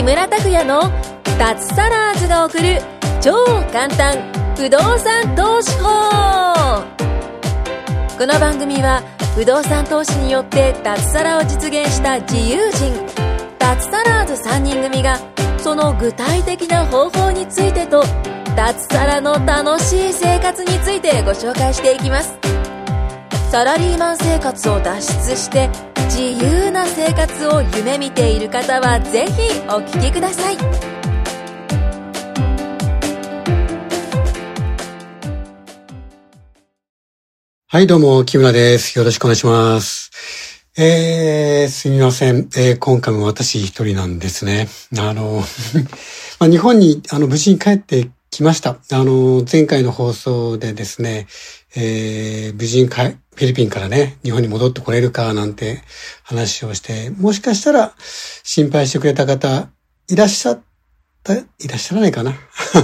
村拓哉の脱サラーズが送る超簡単不動産投資法。この番組は不動産投資によって脱サラを実現した自由人脱サラーズ3人組がその具体的な方法についてと脱サラの楽しい生活についてご紹介していきます。サラリーマン生活を脱出して自由な生活を夢見ている方はぜひお聞きください。 はい、どうも、木村です。よろしくお願いします。すみません。今回も私一人なんですね。日本に、無事に帰ってきました。前回の放送でですね、無事にフィリピンからね、日本に戻ってこれるかなんて話をして、もしかしたら心配してくれた方、いらっしゃらないかな。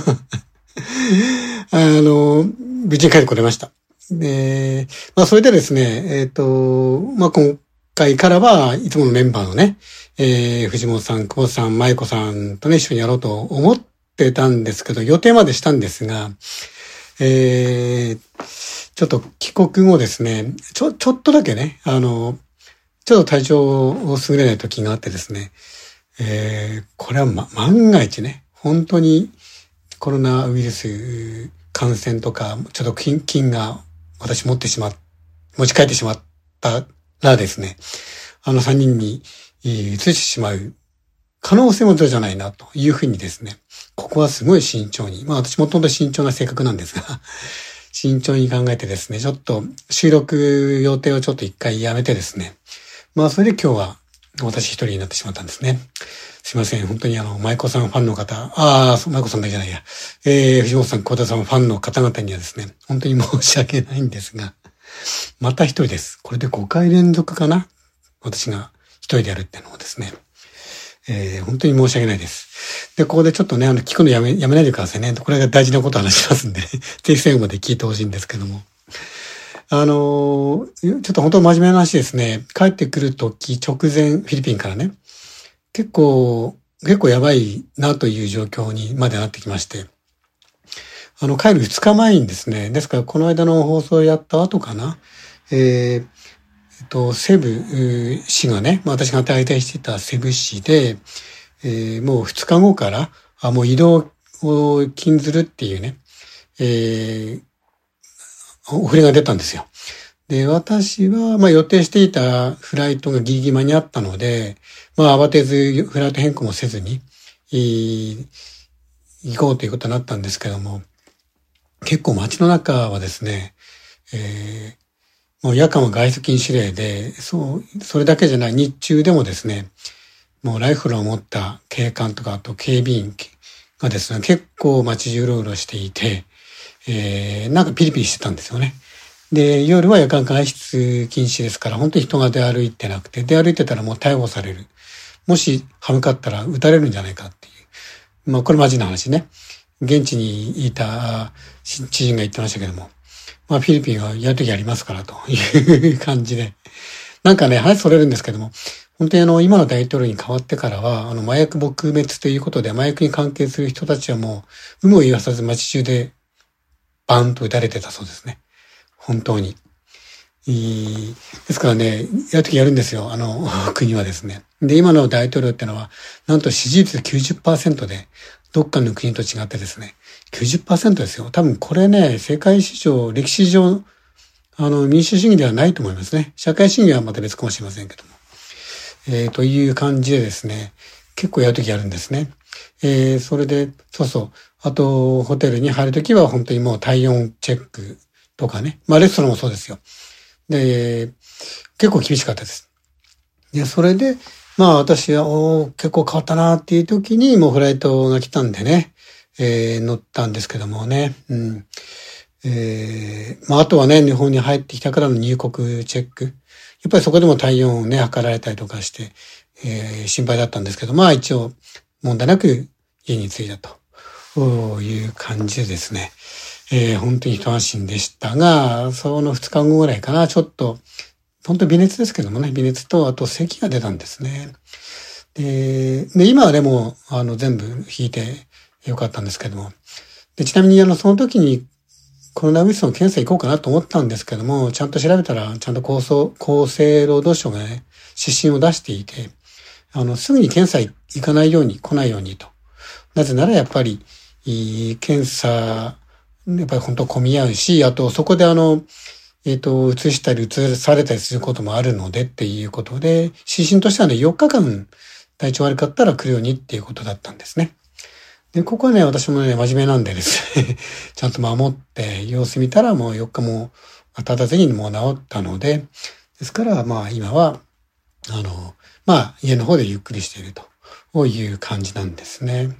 無事に帰ってこれました。で、それでですね、今回からはいつものメンバーのね、藤本さん、久保さん、舞子さんとね、一緒にやろうと思ってたんですけど、予定までしたんですが、ちょっと帰国後ですね、ちょっとだけね、ちょっと体調を優れない時があってですね、これは万が一ね、本当にコロナウイルス感染とか、ちょっと菌が私持ち帰ってしまったらですね、3人に移してしまう可能性もゼロじゃないなというふうにですね、ここはすごい慎重に、私もともと慎重な性格なんですが、慎重に考えてですね、ちょっと収録予定をちょっと一回やめてですね、それで今日は私一人になってしまったんですね。すいません。本当に舞子さんファンの方、舞子さんだけじゃないや。藤本さん、小田さんファンの方々にはですね、本当に申し訳ないんですが、また一人です。これで5回連続かな？私が一人でやるってのをですね。本当に申し訳ないです。で、ここでちょっとね、聞くのやめないでくださいね。これが大事なことを話しますんで、ぜひ最後まで聞いてほしいんですけども。ちょっと本当真面目な話ですね。帰ってくるとき直前、フィリピンからね、結構やばいなという状況にまでなってきまして、帰る2日前にですね、ですからこの間の放送をやった後かな、セブ市がね、私が滞在していたセブ市で、もう2日後から、もう移動を禁ずるっていうね、お触れが出たんですよ。で、私は、予定していたフライトがギリギリ間に合ったので、慌てずフライト変更もせずに、行こうということになったんですけども、結構街の中はですね、もう夜間は外出禁止令で、それだけじゃない、日中でもですね、もうライフルを持った警官とか、あと警備員がですね、結構街中うろうろしていて、なんかピリピリしてたんですよね。で、夜は夜間外出禁止ですから、本当に人が出歩いてなくて、出歩いてたらもう逮捕される。もし歯向かったら撃たれるんじゃないかっていう。これマジな話ね。現地にいた知人が言ってましたけども。フィリピンはやるときありますからという感じで。なんかね、話それるんですけども、本当に今の大統領に変わってからは、麻薬撲滅ということで、麻薬に関係する人たちはもう、有無を言わさず街中でバンと撃たれてたそうですね。本当に。ですからね、やるときやるんですよ、国はですね。で、今の大統領ってのは、なんと支持率 90% で、どっかの国と違ってですね、90% ですよ。多分これね、世界史上、歴史上、民主主義ではないと思いますね。社会主義はまた別かもしれませんけども。という感じでですね、結構やるときやるんですね。それで、あと、ホテルに入るときは本当にもう体温チェックとかね。レストランもそうですよ。で、結構厳しかったです。で、それで、私は、結構変わったなっていう時に、もうフライトが来たんでね、乗ったんですけどもね。あとはね、日本に入ってきたからの入国チェック。やっぱりそこでも体温をね、測られたりとかして、心配だったんですけど、一応、問題なく家に着いたという感じでですね。本当に一安心でしたが、その2日後ぐらいかな、ちょっと、本当微熱ですけどもね、微熱と、あと咳が出たんですね。 で、今はね、もう、全部引いてよかったんですけども。で、ちなみにその時にコロナウイルスの検査行こうかなと思ったんですけども、ちゃんと調べたら、ちゃんと厚生労働省がね、指針を出していて、すぐに検査行かないように、来ないようにと。なぜならやっぱり、検査、やっぱり本当混み合うし、あとそこで移したり移されたりすることもあるのでっていうことで、指針としてはね、4日間体調悪かったら来るようにっていうことだったんですね。で、ここはね、私もね、真面目なんでですね、ちゃんと守って様子見たらもう4日も経たずにもう治ったので、ですからまあ今は、家の方でゆっくりしているという感じなんですね。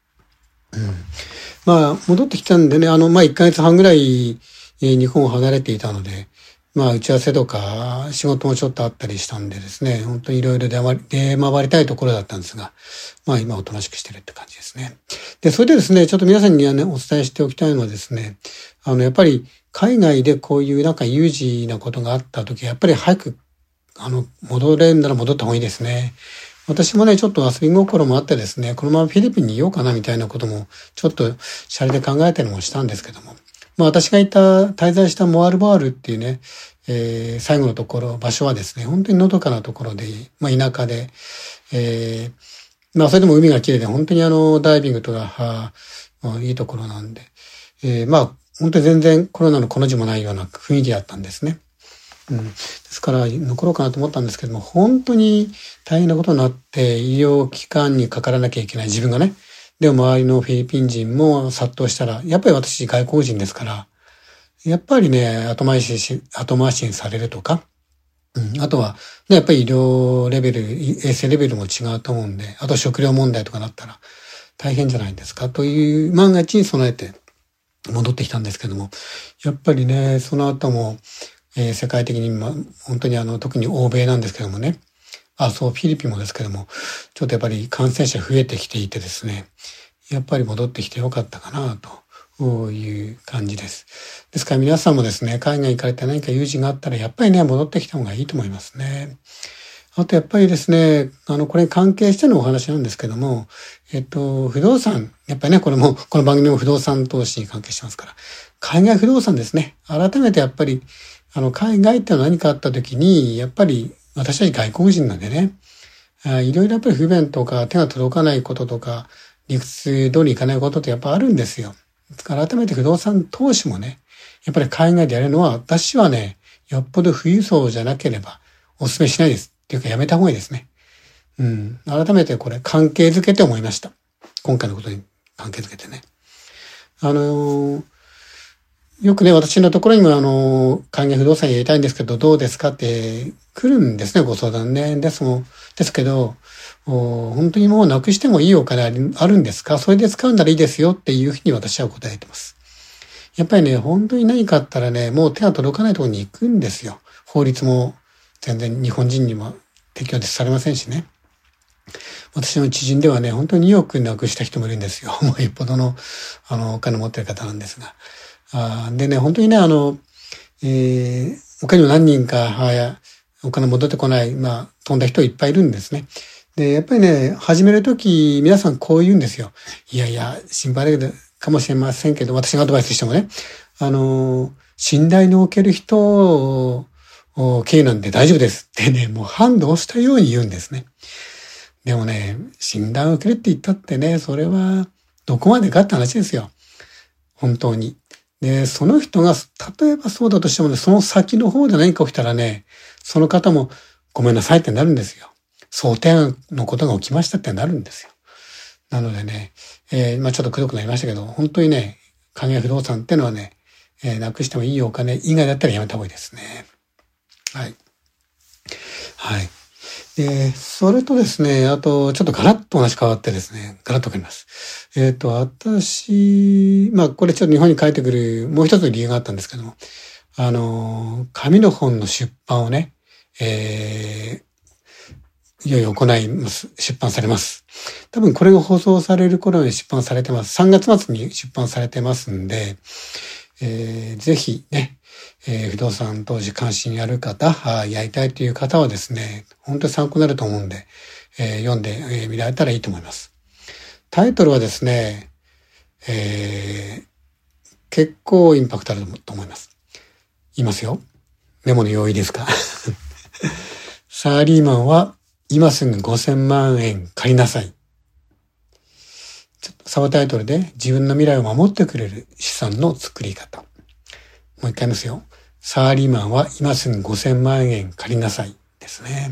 戻ってきたんでね、1ヶ月半ぐらい、日本を離れていたので、打ち合わせとか仕事もちょっとあったりしたんでですね、本当にいろいろ出回りたいところだったんですが、今おとなしくしてるって感じですね。で、それでですね、ちょっと皆さんにはね、お伝えしておきたいのはですね、やっぱり海外でこういう有事なことがあった時は、やっぱり早く、戻れるなら戻った方がいいですね。私もね、ちょっと遊び心もあってですね、このままフィリピンにいようかなみたいなことも、ちょっとシャレで考えたりもしたんですけども。私が滞在したモアルバールっていうね、最後の場所はですね、本当にのどかなところで、田舎で、それでも海が綺麗で、本当にダイビングとか、いいところなんで、本当に全然コロナのこの字もないような雰囲気だったんですね。ですから、残ろうかなと思ったんですけども、本当に大変なことになって、医療機関にかからなきゃいけない自分がね、でも周りのフィリピン人も殺到したら、やっぱり私外国人ですから、やっぱりね、後回しにされるとか、あとは、ね、やっぱり医療レベル、衛生レベルも違うと思うんで、あと食料問題とかなったら大変じゃないですかという万が一に備えて戻ってきたんですけども、やっぱりね、その後も、世界的に本当に特に欧米なんですけどもね、フィリピンもですけども、ちょっとやっぱり感染者増えてきていてですね、やっぱり戻ってきてよかったかなという感じです。ですから皆さんもですね、海外行かれて何か有事があったら、やっぱりね、戻ってきた方がいいと思いますね。あとやっぱりですね、これに関係してのお話なんですけども、不動産、やっぱりね、この番組も不動産投資に関係してますから、海外不動産ですね。改めてやっぱり、海外って何かあった時に、やっぱり私たち外国人なんでね、いろいろやっぱり不便とか手が届かないこととか、理屈通りいかないことってやっぱあるんですよ。改めて不動産投資もね、やっぱり海外でやるのは、私はね、よっぽど富裕層じゃなければお勧めしないです。っていうかやめた方がいいですね。改めてこれ関係づけて思いました。今回のことに関係づけてね。よくね、私のところにも海外不動産やりたいんですけど、どうですかって来るんですね、ご相談ね。ですけど、本当にもうなくしてもいいお金あるんですか？それで使うならいいですよっていうふうに私は答えてます。やっぱりね、本当に何かあったらね、もう手が届かないところに行くんですよ。法律も全然日本人にも適用されませんしね。私の知人ではね、本当に2億なくした人もいるんですよ。もう一歩の、お金持ってる方なんですが。でね、本当にね、他にも何人か、お金戻ってこない、飛んだ人いっぱいいるんですね。で、やっぱりね、始めるとき、皆さんこう言うんですよ。いやいや、心配だかもしれませんけど、私がアドバイスしてもね、信頼のおける人経営なんで大丈夫ですってね、もうハンドをしたように言うんですね。でもね、診断を受けるって言ったってね、それはどこまでかって話ですよ。本当に。で、その人が、例えばそうだとしてもね、その先の方で何か起きたらね、その方もごめんなさいってなるんですよ。想定外のことが起きましたってなるんですよ。なのでね、ちょっとくどくなりましたけど、本当にね、海外不動産ってのはね、なくしてもいいお金以外だったらやめた方がいいですね。はい。はい。それとですね、あと、ちょっとガラッとお話変わってですね、ガラッと変わります。私、これちょっと日本に帰ってくる、もう一つの理由があったんですけども、紙の本の出版をね、いよいよ行います。出版されます。多分これが放送される頃に出版されてます。3月末に出版されてますんで、ぜひね、不動産投資関心ある方、やりたいという方はですね、本当に参考になると思うんで、 読んでみられたらいいと思います。タイトルはですね、結構インパクトあると思います。言いますよ。メモの用意ですか？サラリーマンは今すぐ5000万円借りなさい。サブタイトルで自分の未来を守ってくれる資産の作り方。もう一回言いますよ。サラリーマンは今すぐ5000万円借りなさいですね。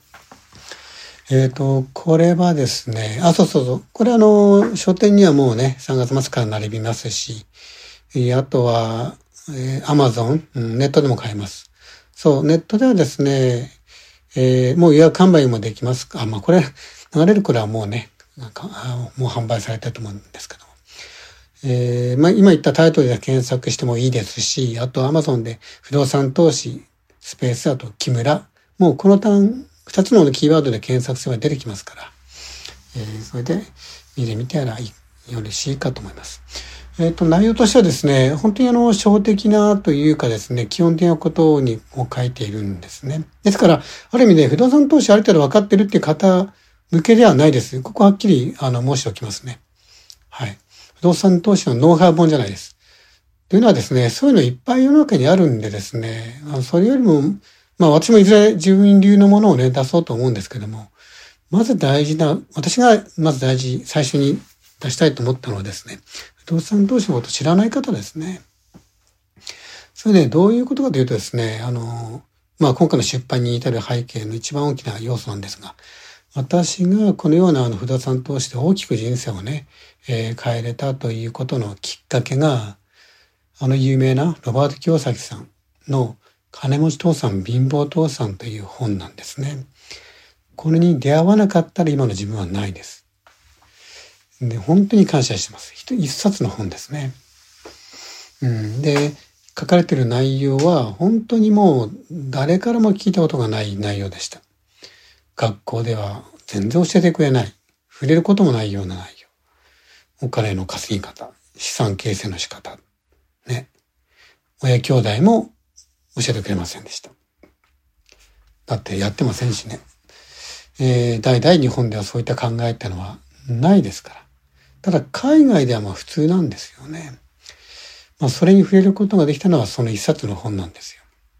これはですね、これ書店にはもうね、3月末から並びますし、あとは、Amazon、ネットでも買えます。そう、ネットではですね、もう予約販売もできます。これ、流れる頃はもうね、もう販売されてると思うんですけども。今言ったタイトルで検索してもいいですし、あと Amazon で不動産投資、スペース、あと木村、もうこの2つのキーワードで検索すれば出てきますから、それで見てみたらよろしいかと思います。内容としてはですね、本当に初歩的なというかですね、基本的なことを書いているんですね。ですから、ある意味で不動産投資ある程度分かってるっていう方向けではないです。ここはっきり申しておきますね。はい。不動産投資のノウハウ本じゃないです。というのはですね、そういうのいっぱい世の中にあるんでですね、それよりも、私もいずれ自分流のものをね、出そうと思うんですけども、私が最初に出したいと思ったのはですね、不動産投資のことを知らない方ですね。それでどういうことかというとですね、今回の出版に至る背景の一番大きな要素なんですが、私がこのような不動産投資で大きく人生をね、変えれたということのきっかけが、有名なロバート清崎さんの金持ち父さん貧乏父さんという本なんですね。これに出会わなかったら今の自分はないです。で、本当に感謝してます。一冊の本ですね。で、書かれている内容は本当にもう誰からも聞いたことがない内容でした。学校では全然教えてくれない。触れることもないような内容。お金の稼ぎ方、資産形成の仕方。ね。親兄弟も教えてくれませんでした。だってやってませんしね。代々日本ではそういった考えってのはないですから。ただ海外では普通なんですよね。それに触れることができたのはその一冊の本なんですよ。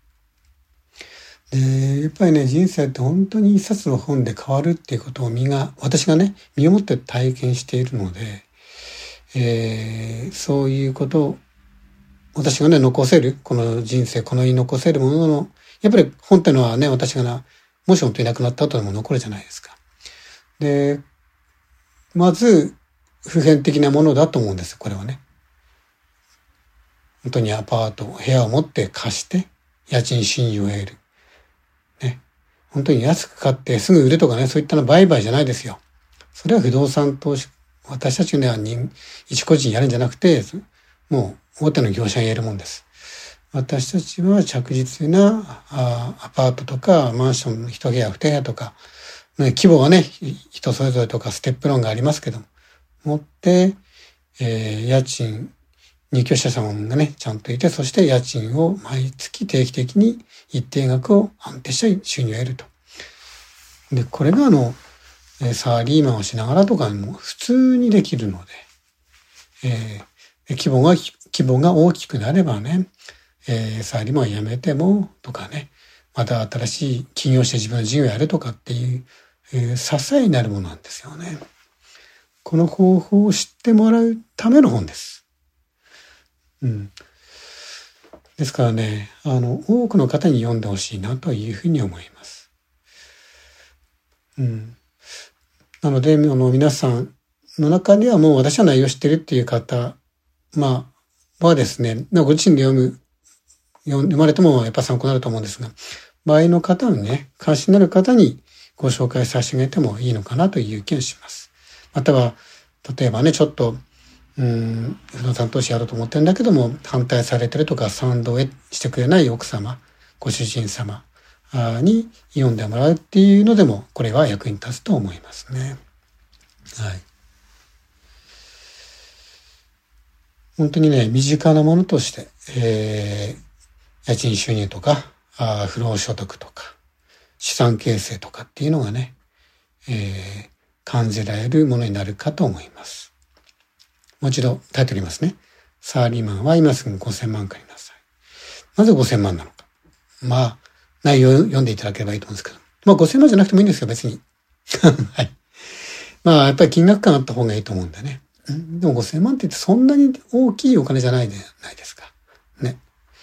で、やっぱりね、人生って本当に一冊の本で変わるっていうことを私がね、身をもって体験しているので、そういうことを私がね、残せる、この人生、この世に残せるものの、やっぱり本ってのはね、私がもし本当に亡くなった後でも残るじゃないですか。で、まず、普遍的なものだと思うんですよ、これはね。本当にアパート、部屋を持って貸して、家賃収入を得る。ね。本当に安く買ってすぐ売るとかね、そういったの売買じゃないですよ。それは不動産投資、私たちには一個人やるんじゃなくて、もう大手の業者にやるもんです。私たちは着実なアパートとかマンションの一部屋二部屋とか、規模はね、人それぞれとかステップ論がありますけども、持って、家賃、入居者さんがね、ちゃんといて、そして家賃を毎月定期的に一定額を安定した収入を得ると。で、これがサラリーマンをしながらとかも普通にできるので、規模が大きくなればね、サラリーマンを辞めてもとかね、また新しい起業して自分の事業をやるとかっていう、支えになるものなんですよね。この方法を知ってもらうための本です。ですからね、多くの方に読んでほしいなというふうに思います。なので、皆さんの中にはもう私は内容知ってるっていう方、はですね、ご自身で読まれてもやっぱ参考になると思うんですが、場合の方にね、関心のある方にご紹介させてあげてもいいのかなという気がします。または、例えばね、ちょっと、不動産投資やろうと思ってるんだけども、反対されてるとか賛同してくれない奥様、ご主人様に読んでもらうっていうのでも、これは役に立つと思いますね。はい。本当にね、身近なものとして、家賃収入とか、不労所得とか、資産形成とかっていうのがね、 感じられるものになるかと思います。もう一度タイトル言いますね。サラリーマンは今すぐ5000万借りなさい。なぜ5000万なのか。まあ、内容を読んでいただければいいと思うんですけど。まあ5000万じゃなくてもいいんですよ、別に。はい。まあ、やっぱり金額感あった方がいいと思うんだね。でも5000万って言ってそんなに大きいお金じゃないですか。ね。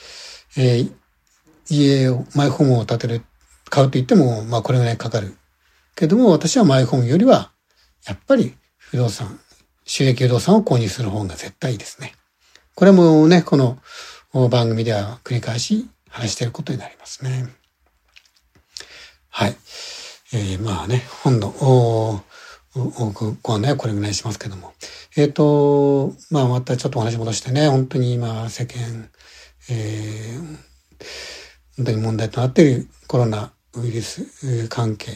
家を、マイホームを買うと言っても、まあこれぐらいかかる。けども私はマイホームよりは、やっぱり収益不動産を購入する方が絶対いいですね。これもね、この番組では繰り返し話していることになりますね。はい。まあね、本のご案内はこれぐらいしますけども。まあまたちょっとお話戻してね、本当に今世間、本当に問題となっているコロナウイルス関係、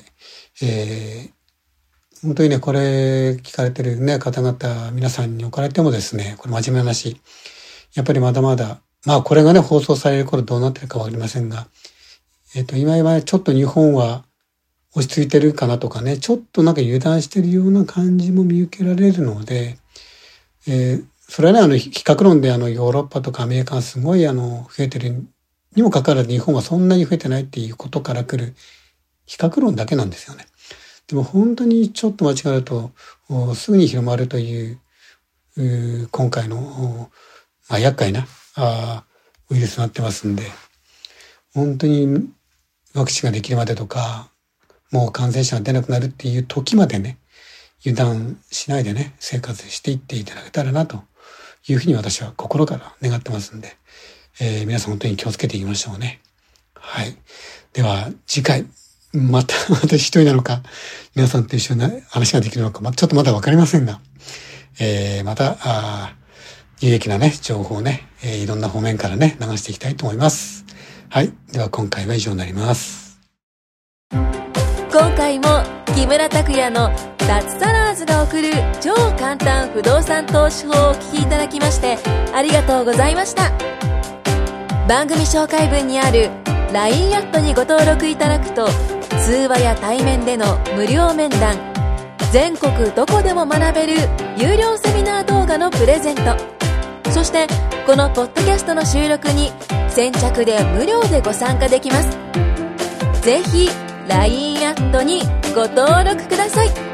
本当にね、これ聞かれてるね、方々、皆さんにおかれてもですね、これ真面目な話、やっぱりまだまだ、まあこれがね、放送される頃どうなってるかわかりませんが、今ちょっと日本は落ち着いてるかなとかね、ちょっとなんか油断してるような感じも見受けられるので、それはね、比較論でヨーロッパとかアメリカがすごい増えてるにもかかわらず日本はそんなに増えてないっていうことから来る比較論だけなんですよね。でも本当にちょっと間違えるとすぐに広まるという今回の厄介なウイルスになってますんで、本当にワクチンができるまでとか、もう感染者が出なくなるっていう時までね、油断しないでね、生活していっていただけたらなというふうに私は心から願ってますんで、皆さん本当に気をつけていきましょうね。はい。では次回、また私一人なのか、皆さんと一緒に話ができるのか、ちょっとまだわかりませんが、また、有益なね、情報をね、いろんな方面からね、流していきたいと思います。はい。では今回は以上になります。 今回も木村拓哉の脱サラーズが送る超簡単不動産投資法をお聞きいただきましてありがとうございました。番組紹介文にある LINE アットにご登録いただくと通話や対面での無料面談、全国どこでも学べる有料セミナー動画のプレゼント、そしてこのポッドキャストの収録に先着で無料でご参加できます。ぜひ LINE アットにご登録ください。